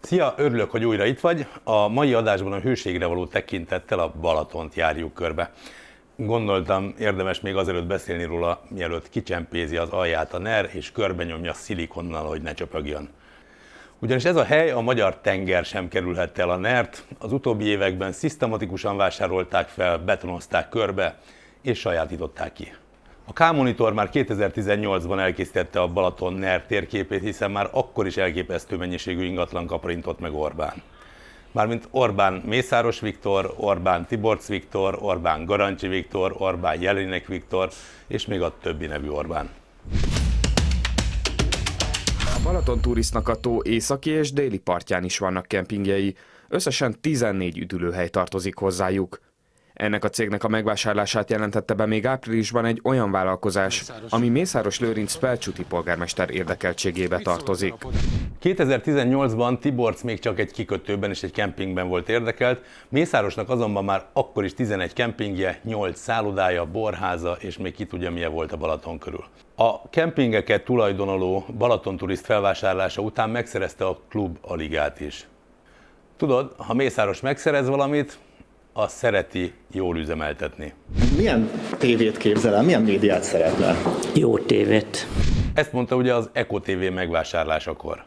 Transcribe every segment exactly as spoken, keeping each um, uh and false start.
Szia, örülök, hogy újra itt vagy. A mai adásban a hőségre való tekintettel a Balatont járjuk körbe. Gondoltam, érdemes még azelőtt beszélni róla, mielőtt kicsempézi az alját a ner, és körbenyomja szilikonnal, hogy ne csöpögjön. Ugyanis ez a hely, a magyar tenger sem kerülhette el a nert, az utóbbi években szisztematikusan vásárolták fel, betonozták körbe, és sajátították ki. A K-Monitor már kétezer-tizennyolcban elkészítette a Balaton ner térképét, hiszen már akkor is elképesztő mennyiségű ingatlan kaparintott meg Orbán. Mármint Orbán Mészáros Viktor, Orbán Tiborcs Viktor, Orbán Garancsi Viktor, Orbán Jelinek Viktor, és még a többi nevű Orbán. A Balaton Touristnak a tó északi és déli partján is vannak kempingjei, összesen tizennégy üdülőhely tartozik hozzájuk. Ennek a cégnek a megvásárlását jelentette be még áprilisban egy olyan vállalkozás, ami Mészáros Lőrinc felcsúti polgármester érdekeltségébe tartozik. kétezer-tizennyolcban Tiborcs még csak egy kikötőben és egy kempingben volt érdekelt, Mészárosnak azonban már akkor is tizenegy kempingje, nyolc szállodája, borháza és még ki tudja milyen volt a Balaton körül. A kempingeket tulajdonoló Balaton Turist felvásárlása után megszerezte a klub a ligát is. Tudod, ha Mészáros megszerez valamit, azt szereti jól üzemeltetni. Milyen tévét képzel el, milyen médiát szeretne? Jó tévét. Ezt mondta ugye az Eko té vé megvásárlásakor.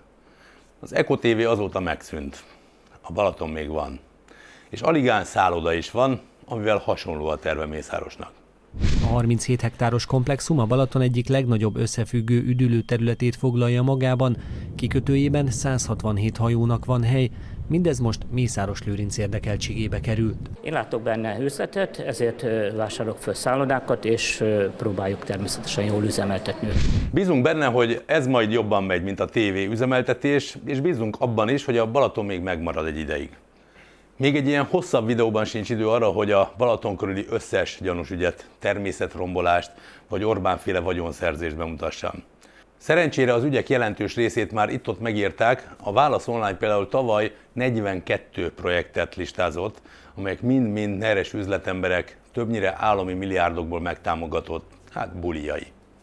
Az Eko té vé azóta megszűnt. A Balaton még van. És Aligán szálloda is van, amivel hasonló a terve Mészárosnak. A harminchét hektáros komplexum a Balaton egyik legnagyobb összefüggő üdülőterületét foglalja magában, kikötőjében száz hatvanhét hajónak van hely, mindez most Mészáros Lőrinc érdekeltségébe került. Én látok benne üzletet, ezért vásárolok föl szállodákat, és próbáljuk természetesen jól üzemeltetni. Bízunk benne, hogy ez majd jobban megy, mint a tévé üzemeltetés, és bízunk abban is, hogy a Balaton még megmarad egy ideig. Még egy ilyen hosszabb videóban sincs idő arra, hogy a Balaton körüli összes gyanús ügyet, természetrombolást vagy Orbán-féle vagyonszerzést bemutassam. Szerencsére az ügyek jelentős részét már itt-ott megírták, a Válasz Online például tavaly negyvenkettő projektet listázott, amelyek mind-mind neres üzletemberek, többnyire állami milliárdokból megtámogatott, hát bulijai.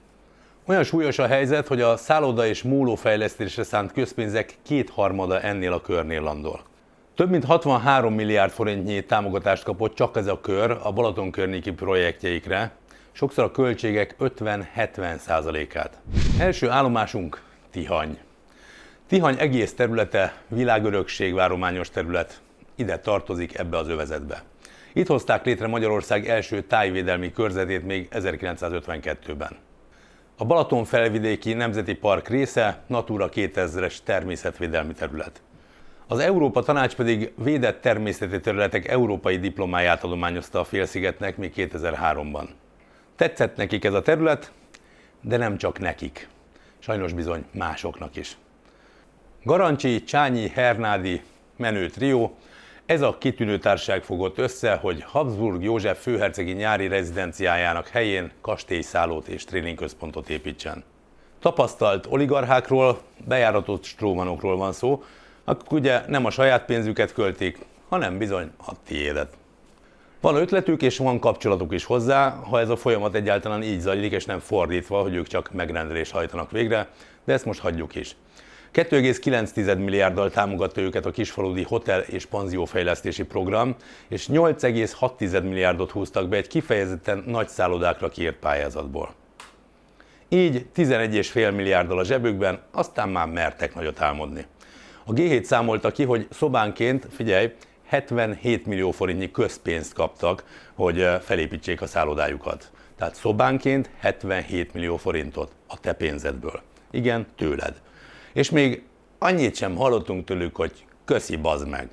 Olyan súlyos a helyzet, hogy a szálloda és mólófejlesztésre szánt közpénzek kétharmada ennél a körnél landol. Több mint hatvanhárom milliárd forintnyi támogatást kapott csak ez a kör a Balaton környéki projektjeikre, sokszor a költségek ötven-hetven százalékát. Első állomásunk Tihany. Tihany egész területe világörökség-várományos terület, ide tartozik ebbe az övezetbe. Itt hozták létre Magyarország első tájvédelmi körzetét még ezerkilencszázötvenkettőben. A Balaton felvidéki nemzeti park része, Natura kétezres természetvédelmi terület. Az Európa Tanács pedig védett természeti területek európai diplomáját adományozta a félszigetnek még kétezer-háromban. Tetszett nekik ez a terület, de nem csak nekik. Sajnos bizony másoknak is. Garancsi, Csányi, Hernádi, menő trió, ez a kitűnő társaság fogott össze, hogy Habsburg József főhercegi nyári rezidenciájának helyén kastélyszállót és tréningközpontot építsen. Tapasztalt oligarchákról, bejáratott strómanokról van szó, akik ugye nem a saját pénzüket költik, hanem bizony a tiédet. Van ötletük és van kapcsolatuk is hozzá, ha ez a folyamat egyáltalán így zajlik, és nem fordítva, hogy ők csak megrendelést hajtanak végre, de ezt most hagyjuk is. kettő egész kilenc milliárddal támogatta őket a kisfaludi hotel és panziófejlesztési program, és nyolc egész hat milliárdot húztak be egy kifejezetten nagy szállodákra kiírt pályázatból. Így tizenegy egész öt milliárddal a zsebükben, aztán már mertek nagyot álmodni. A gé hét számolta ki, hogy szobánként, figyelj, hetvenhét millió forintnyi közpénzt kaptak, hogy felépítsék a szállodájukat. Tehát szobánként hetvenhét millió forintot a te pénzedből. Igen, tőled. És még annyit sem hallottunk tőlük, hogy köszi, bazd meg.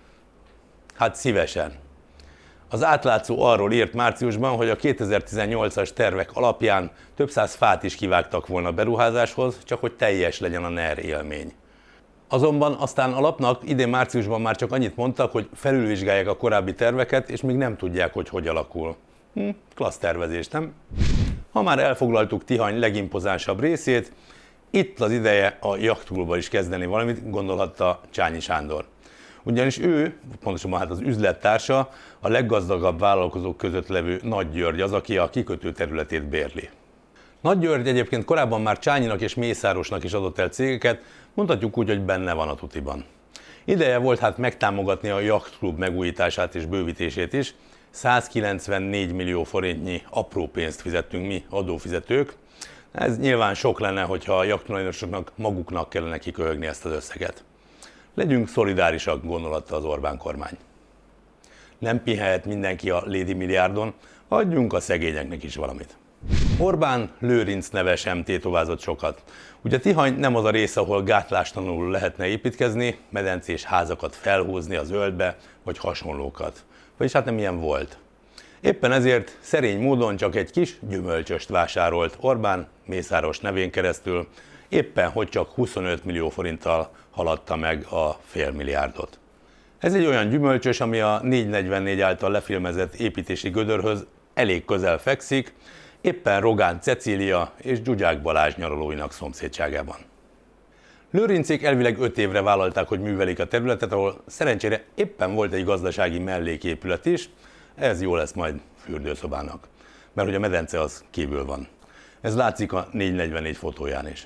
Hát szívesen. Az Átlátszó arról írt márciusban, hogy a kétezer-tizennyolcas tervek alapján több száz fát is kivágtak volna a beruházáshoz, csak hogy teljes legyen a ner élmény. Azonban aztán a lapnak idén márciusban már csak annyit mondtak, hogy felülvizsgálják a korábbi terveket, és még nem tudják, hogy hogy alakul. Hm, klassz tervezés, nem? Ha már elfoglaltuk Tihany legimpozánsabb részét, itt az ideje a Jachtpoolba is kezdeni valamit, gondolhatta Csányi Sándor. Ugyanis ő, pontosabban hát az üzlettársa, a leggazdagabb vállalkozók között levő Nagy György az, aki a kikötő területét bérli. Nagy György egyébként korábban már Csányinak és Mészárosnak is adott el cégeket, mondhatjuk úgy, hogy benne van a tutiban. Ideje volt hát megtámogatni a jachtklub megújítását és bővítését is. százkilencvennégy millió forintnyi apró pénzt fizettünk mi, adófizetők. Ez nyilván sok lenne, hogyha a jachttulajdonosoknak maguknak kellene kiköhögni ezt az összeget. Legyünk szolidárisak, gondolatta az Orbán kormány. Nem pihenhet mindenki a Lady Milliárdon, adjunk a szegényeknek is valamit. Orbán Lőrinc neve sem tétovázott sokat. Ugye Tihany nem az a rész, ahol gátlástalanul lehetne építkezni, medencés házakat felhúzni a zöldbe, vagy hasonlókat. Vagyis hát nem ilyen volt. Éppen ezért szerény módon csak egy kis gyümölcsöst vásárolt Orbán Mészáros nevén keresztül, éppen hogy csak huszonöt millió forinttal haladta meg a fél milliárdot. Ez egy olyan gyümölcsös, ami a négy negyvennégy által lefilmezett építési gödörhöz elég közel fekszik, éppen Rogán Cecília és Gyugyák Balázs nyaralóinak szomszédságában. Lőrincék elvileg öt évre vállalták, hogy művelik a területet, ahol szerencsére éppen volt egy gazdasági melléképület is, ez jó lesz majd fürdőszobának, mert hogy a medence az kívül van. Ez látszik a négy negyvennégy fotóján is.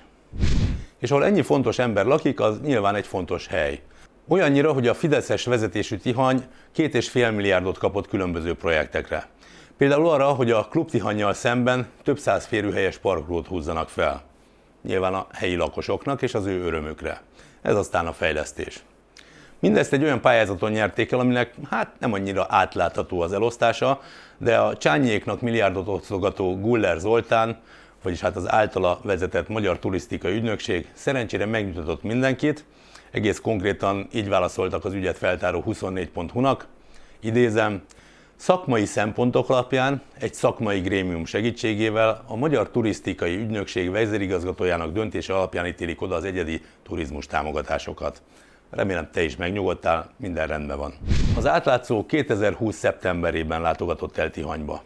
És ahol ennyi fontos ember lakik, az nyilván egy fontos hely. Olyannyira, hogy a fideszes vezetésű Tihany két és fél milliárdot kapott különböző projektekre. Például arra, hogy a Klub Tihannyal szemben több száz férőhelyes parkolót húzzanak fel. Nyilván a helyi lakosoknak és az ő örömükre. Ez aztán a fejlesztés. Mindezt egy olyan pályázaton nyerték el, aminek hát nem annyira átlátható az elosztása, de a Csányiéknak milliárdot osztogató Guller Zoltán, vagyis hát az általa vezetett Magyar Turisztikai Ügynökség szerencsére megnyugtatott mindenkit, egész konkrétan így válaszoltak az ügyet feltáró huszonnégy pont hu-nak, idézem, szakmai szempontok alapján egy szakmai grémium segítségével a Magyar Turisztikai Ügynökség vezérigazgatójának döntése alapján ítélik oda az egyedi turizmus támogatásokat. Remélem te is megnyugodtál, minden rendben van. Az átlátszó kétezer-húsz szeptemberében látogatott el Tihanyba.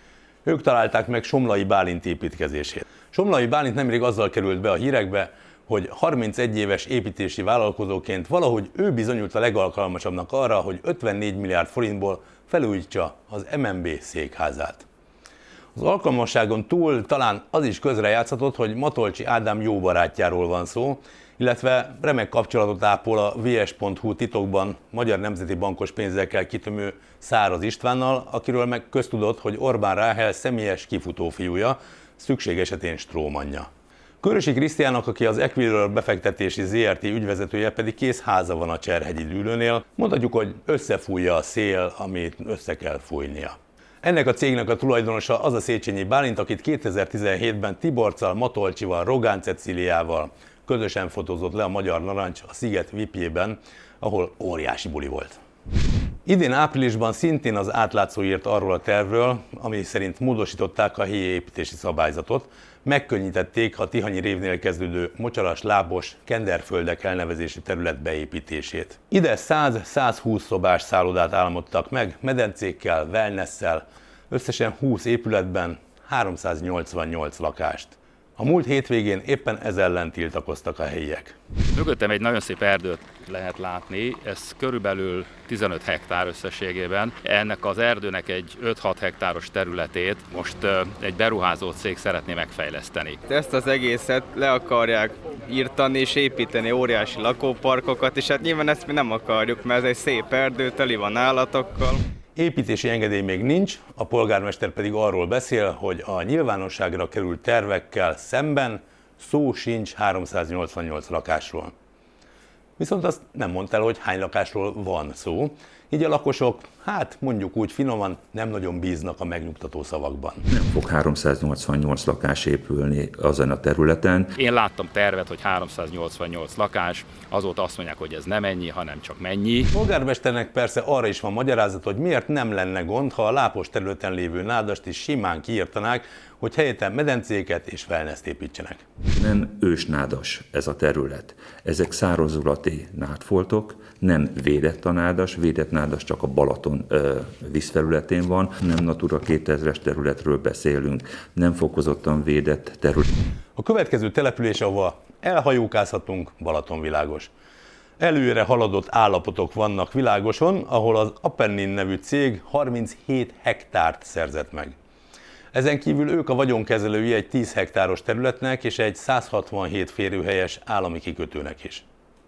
Ők találták meg Somlai Bálint építkezését. Somlai Bálint nemrég azzal került be a hírekbe, hogy harmincegy éves építési vállalkozóként valahogy ő bizonyult a legalkalmasabbnak arra, hogy ötvennégy milliárd forintból felújítsa az em en bé székházát. Az alkalmasságon túl talán az is közrejátszhatott, hogy Matolcsy Ádám jó barátjáról van szó, illetve remek kapcsolatot ápol a vé es pont hu titokban Magyar Nemzeti Bankos pénzekkel kitömő Száraz Istvánnal, akiről meg köztudott, hogy Orbán Ráhel személyes kifutófiúja, szükség esetén strómanja. Körösi Krisztiánnak, aki az Equilor befektetési zé er té ügyvezetője, pedig kész háza van a Cserhegyi Dűlőnél, mondhatjuk, hogy összefújja a szél, amit össze kell fújnia. Ennek a cégnek a tulajdonosa az a Széchenyi Bálint, akit kétezer-tizenhétben Tiborccal, Matolcsival, Rogán Cecíliával közösen fotózott le a Magyar Narancs a Sziget vé i pében, ahol óriási buli volt. Idén áprilisban szintén az átlátszó írt arról a tervről, ami szerint módosították a helyi építési szabályzatot, megkönnyítették a Tihanyi révnél kezdődő mocsaras, lábos, kenderföldek elnevezési terület beépítését. Ide száz-százhúsz szobás szállodát álmodtak meg, medencékkel, wellnesszel, összesen húsz épületben háromszáznyolcvannyolc lakást. A múlt hétvégén éppen ez ellen tiltakoztak a helyiek. Mögöttem egy nagyon szép erdőt lehet látni, ez körülbelül tizenöt hektár összességében. Ennek az erdőnek egy öt-hat hektáros területét most egy beruházó cég szeretné megfejleszteni. Ezt az egészet le akarják írtani és építeni óriási lakóparkokat, és hát nyilván ezt mi nem akarjuk, mert ez egy szép erdő, teli van állatokkal. Építési engedély még nincs, a polgármester pedig arról beszél, hogy a nyilvánosságra került tervekkel szemben szó sincs háromszáznyolcvannyolc lakásról. Viszont azt nem mondta el, hogy hány lakásról van szó, így a lakosok, hát mondjuk úgy finoman, nem nagyon bíznak a megnyugtató szavakban. Nem fog háromszáznyolcvannyolc lakás épülni azon a területen. Én láttam tervet, hogy háromszáznyolcvannyolc lakás, azóta azt mondják, hogy ez nem ennyi, hanem csak mennyi. A polgármesternek persze arra is van magyarázat, hogy miért nem lenne gond, ha a lápos területen lévő nádast is simán kiírtanák, hogy helyette medencéket és wellness-t építsenek. Nem ősnádas ez a terület. Ezek szárazulati nádfoltok, nem védett a nádas, védett nádas csak a Balaton ö, vízfelületén van, nem Natura kétezres területről beszélünk, nem fokozottan védett terület. A következő település, ahova elhajókázhatunk, Balatonvilágos. Előre haladott állapotok vannak Világoson, ahol az Apennin nevű cég harminchét hektárt szerzett meg. Ezen kívül ők a vagyonkezelői egy tíz hektáros területnek és egy száz hatvanhét férőhelyes állami kikötőnek is.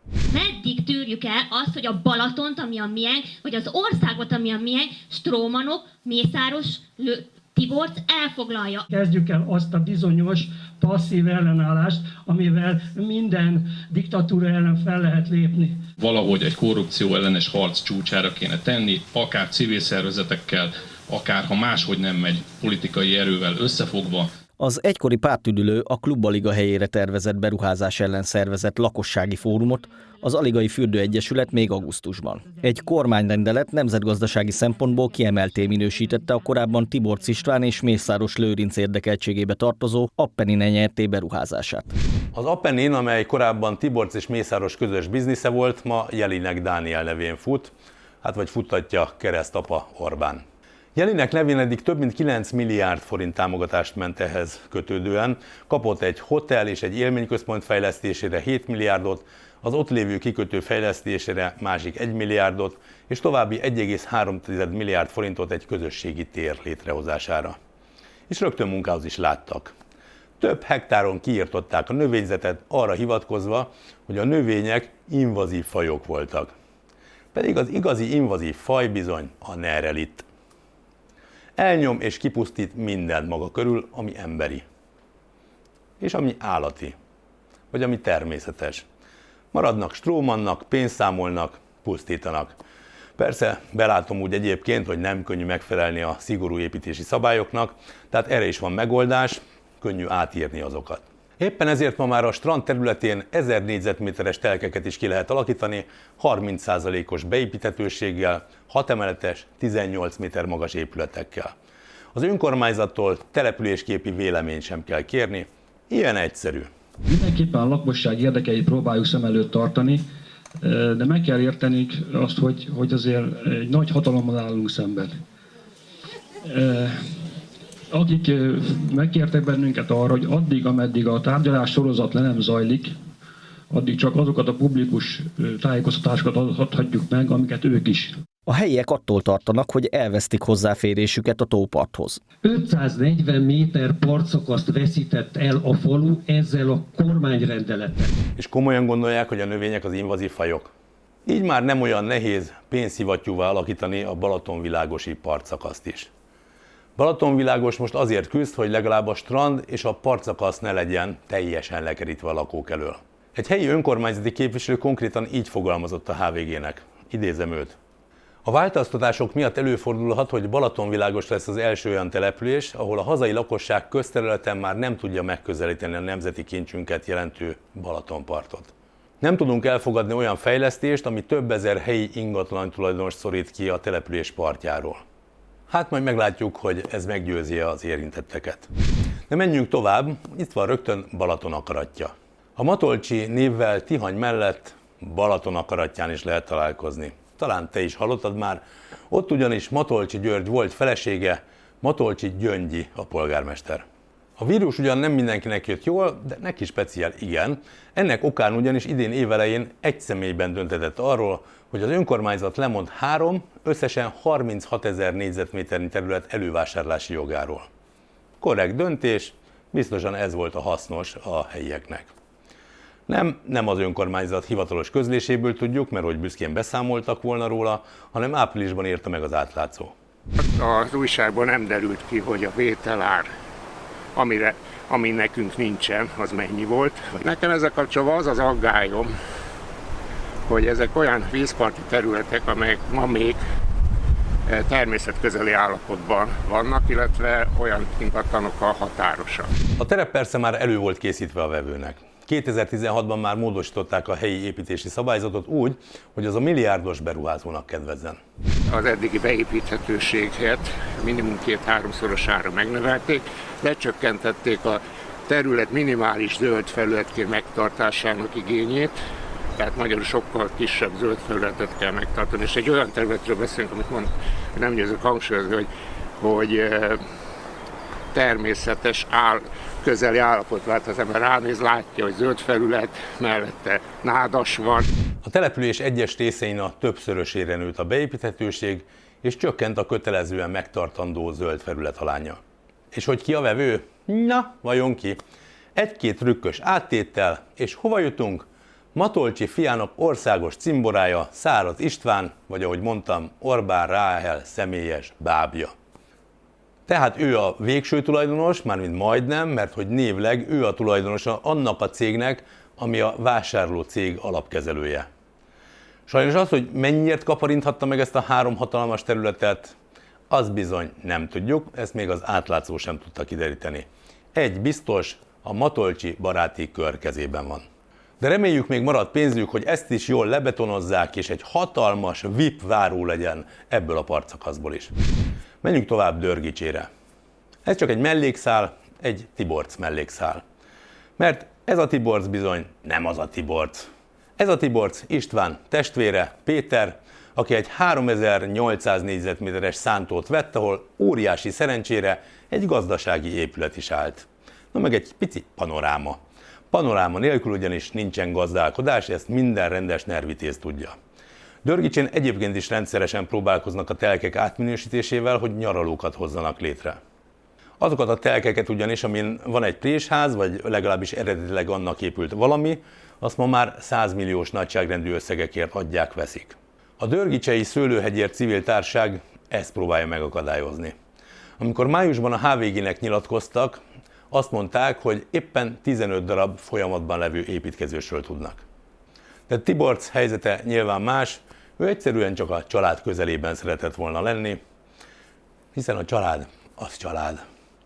Meddig tűrjük el azt, hogy a Balatont, ami a miénk, vagy az országot, ami a miénk, Strómanok, Mészáros, Lő, Tiborcs elfoglalja. Kezdjük el azt a bizonyos passzív ellenállást, amivel minden diktatúra ellen fel lehet lépni. Valahogy egy korrupció ellenes harc csúcsára kéne tenni, akár civil szervezetekkel, akár ha máshogy nem megy, politikai erővel összefogva. Az egykori pártüdülő a Klubaliga helyére tervezett beruházás ellen szervezett lakossági fórumot az Aligai Fürdőegyesület még augusztusban. Egy kormányrendelet nemzetgazdasági szempontból kiemelté minősítette a korábban Tiborcs István és Mészáros Lőrinc érdekeltségébe tartozó Appenin en er té beruházását. Az Appenin, amely korábban Tiborcs és Mészáros közös biznisze volt, ma Jelinek Dániel nevén fut, hát vagy futtatja keresztapa Orbán. Jelinek nevén eddig több mint kilenc milliárd forint támogatást ment ehhez kötődően, kapott egy hotel és egy élményközpont fejlesztésére hét milliárdot, az ott lévő kikötő fejlesztésére másik egy milliárdot, és további egy egész három milliárd forintot egy közösségi tér létrehozására. És rögtön munkához is láttak. Több hektáron kiirtották a növényzetet arra hivatkozva, hogy a növények invazív fajok voltak. Pedig az igazi invazív faj bizony a nerelit. Elnyom és kipusztít mindent maga körül, ami emberi. És ami állati. Vagy ami természetes. Maradnak strómannak, pénzt számolnak, pusztítanak. Persze belátom úgy egyébként, hogy nem könnyű megfelelni a szigorú építési szabályoknak, tehát erre is van megoldás, könnyű átírni azokat. Éppen ezért ma már a strand területén ezer négyzetméteres telkeket is ki lehet alakítani, harminc százalékos beépíthetőséggel, hat emeletes, tizennyolc méter magas épületekkel. Az önkormányzattól településképi véleményt sem kell kérni, ilyen egyszerű. Mindenképpen a lakosság érdekeit próbáljuk szem előtt tartani, de meg kell értenünk azt, hogy, hogy azért egy nagy hatalommal állunk szemben. Akik megkértek bennünket arra, hogy addig, ameddig a tárgyalás sorozat le nem zajlik, addig csak azokat a publikus tájékoztatásokat adhatjuk meg, amiket ők is. A helyiek attól tartanak, hogy elvesztik hozzáférésüket a tóparthoz. ötszáznegyven méter partszakaszt veszített el a falu ezzel a kormányrendelettel. És komolyan gondolják, hogy a növények az invazív fajok? Így már nem olyan nehéz pénzszivattyúvá alakítani a Balatonvilágosi partszakaszt is. Balatonvilágos most azért küzd, hogy legalább a strand és a partszakasz ne legyen teljesen lekerítve a lakók elől. Egy helyi önkormányzati képviselő konkrétan így fogalmazott a há vé gének. Idézem őt. A változtatások miatt előfordulhat, hogy Balatonvilágos lesz az első olyan település, ahol a hazai lakosság közterületen már nem tudja megközelíteni a nemzeti kincsünket jelentő Balatonpartot. Nem tudunk elfogadni olyan fejlesztést, ami több ezer helyi ingatlan tulajdonos szorít ki a település partjáról. Hát majd meglátjuk, hogy ez meggyőzi az érintetteket. De menjünk tovább, itt van rögtön Balaton akaratja. A Matolcsi névvel Tihany mellett Balaton akaratján is lehet találkozni. Talán te is hallottad már, ott ugyanis Matolcsi György volt felesége, Matolcsi Gyöngyi a polgármester. A vírus ugyan nem mindenkinek jött jól, de neki speciál igen. Ennek okán ugyanis idén évelején egy személyben döntetett arról, hogy az önkormányzat lemond három, összesen harminchatezer négyzetméternyi terület elővásárlási jogáról. Korrekt döntés, biztosan ez volt a hasznos a helyieknek. Nem, nem az önkormányzat hivatalos közléséből tudjuk, mert hogy büszkén beszámoltak volna róla, hanem áprilisban írta meg az átlátszó. Az újságban nem derült ki, hogy a vételár, amire, ami nekünk nincsen, az mennyi volt. Nekem ezzel kapcsolatban az az aggályom, hogy ezek olyan vízparti területek, amelyek ma még természetközeli állapotban vannak, illetve olyan ingatlanokkal határosak. A terep persze már elő volt készítve a vevőnek. kétezer-tizenhatban már módosították a helyi építési szabályzatot úgy, hogy az a milliárdos beruházónak kedvezzen. Az eddigi beépíthetőséget minimum két-háromszorosára megnövelték, lecsökkentették a terület minimális zöld felületként megtartásának igényét, tehát magyarul sokkal kisebb zöld felületet kell megtartani, és egy olyan területről beszélünk, amit mond, nem győzök hangsúlyozni, hogy, hogy természetes áll, közeli állapot, mert az ember ránéz, látja, hogy zöld felület, mellette nádas van. A település egyes részein a többszörösére nőtt a beépíthetőség, és csökkent a kötelezően megtartandó zöld felület alánya. És hogy ki a vevő? Na, vajon ki? Egy-két rükkös áttéttel, és hova jutunk? Matolcsi fiának országos cimborája Száraz István, vagy ahogy mondtam, Orbán Ráhel személyes bábja. Tehát ő a végső tulajdonos, mármint majdnem, mert hogy névleg ő a tulajdonosa annak a cégnek, ami a vásárló cég alapkezelője. Sajnos az, hogy mennyiért kaparinthatta meg ezt a három hatalmas területet, az bizony nem tudjuk, ezt még az átlátszó sem tudta kideríteni. Egy biztos, a Matolcsi baráti kör kezében van. De reméljük még marad pénzük, hogy ezt is jól lebetonozzák, és egy hatalmas vé i pé váró legyen ebből a partszakaszból is. Menjünk tovább Dörgicsére. Ez csak egy mellékszál, egy Tiborcz mellékszál. Mert ez a Tiborcz bizony nem az a Tiborcz. Ez a Tiborcz István testvére, Péter, aki egy háromezer-nyolcszáz négyzetméteres szántót vett, ahol óriási szerencsére egy gazdasági épület is állt. Na meg egy pici panoráma. Panoráma nélkül ugyanis nincsen gazdálkodás, ezt minden rendes nervitéz tudja. Dörgicsén egyébként is rendszeresen próbálkoznak a telkek átminősítésével, hogy nyaralókat hozzanak létre. Azokat a telkeket ugyanis, amin van egy présház, vagy legalábbis eredetileg annak épült valami, azt ma már száz milliós nagyságrendű összegekért adják, veszik. A Dörgicsei Szőlőhegyért civil társaság ezt próbálja megakadályozni. Amikor májusban a há vé gének nyilatkoztak, azt mondták, hogy éppen tizenöt darab folyamatban levő építkezésről tudnak. De Tiborcz helyzete nyilván más, ő egyszerűen csak a család közelében szeretett volna lenni, hiszen a család az család.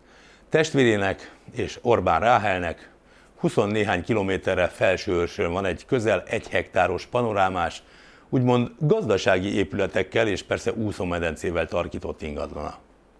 Testvérének és Orbán Ráhelnek huszonnéhány kilométerre Felsőörsön van egy közel egy hektáros panorámás, úgymond gazdasági épületekkel és persze úszómedencével tarkított ingatlana.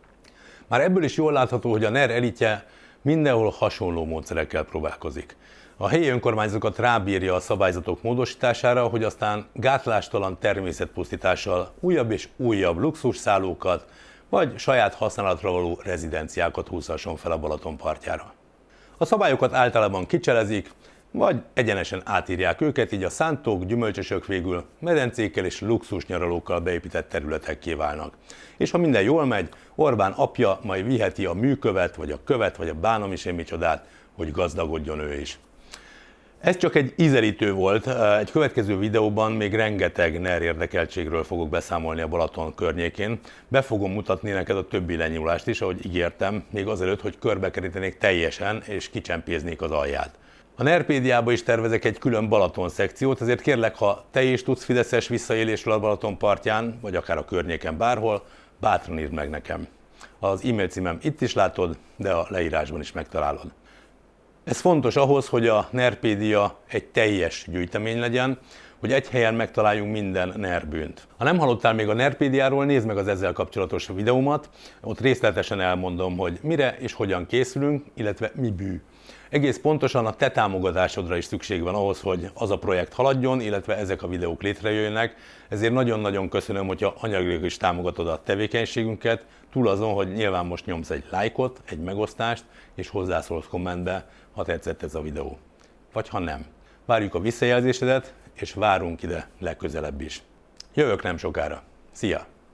Már ebből is jól látható, hogy a NER elitje mindenhol hasonló módszerekkel próbálkozik. A helyi önkormányzatokat rábírja a szabályzatok módosítására, hogy aztán gátlástalan természetpusztítással újabb és újabb luxusszállókat, vagy saját használatra való rezidenciákat húzhasson fel a Balaton partjára. A szabályokat általában kicselezik, vagy egyenesen átírják őket, így a szántók, gyümölcsösök végül medencékkel és luxus nyaralókkal beépített területekké válnak. És ha minden jól megy, Orbán apja majd viheti a műkövet, vagy a követ, vagy a bánom is én micsodát, hogy gazdagodjon ő is. Ez csak egy ízelítő volt, egy következő videóban még rengeteg NER érdekeltségről fogok beszámolni a Balaton környékén. Be fogom mutatni neked a többi lenyúlást is, ahogy ígértem, még azelőtt, hogy körbekerítenék teljesen és kicsempéznék az alját. A NERpédiában is tervezek egy külön Balaton szekciót, ezért kérlek, ha te is tudsz fideszes visszaélésről a Balaton partján, vagy akár a környéken bárhol, bátran írd meg nekem. Az e-mail címem itt is látod, de a leírásban is megtalálod. Ez fontos ahhoz, hogy a NERpédia egy teljes gyűjtemény legyen, hogy egy helyen megtaláljunk minden NER bűnt. Ha nem hallottál még a NERpédiáról, nézd meg az ezzel kapcsolatos videómat, ott részletesen elmondom, hogy mire és hogyan készülünk, illetve mi bű. Egész pontosan a te támogatásodra is szükség van ahhoz, hogy az a projekt haladjon, illetve ezek a videók létrejöjjenek. Ezért nagyon-nagyon köszönöm, hogyha anyagilag is támogatod a tevékenységünket, túl azon, hogy nyilván most nyomsz egy lájkot, egy megosztást, és hozzászólsz kommentbe, ha tetszett ez a videó. Vagy ha nem. Várjuk a visszajelzésedet, és várunk ide legközelebb is. Jövök nem sokára. Szia!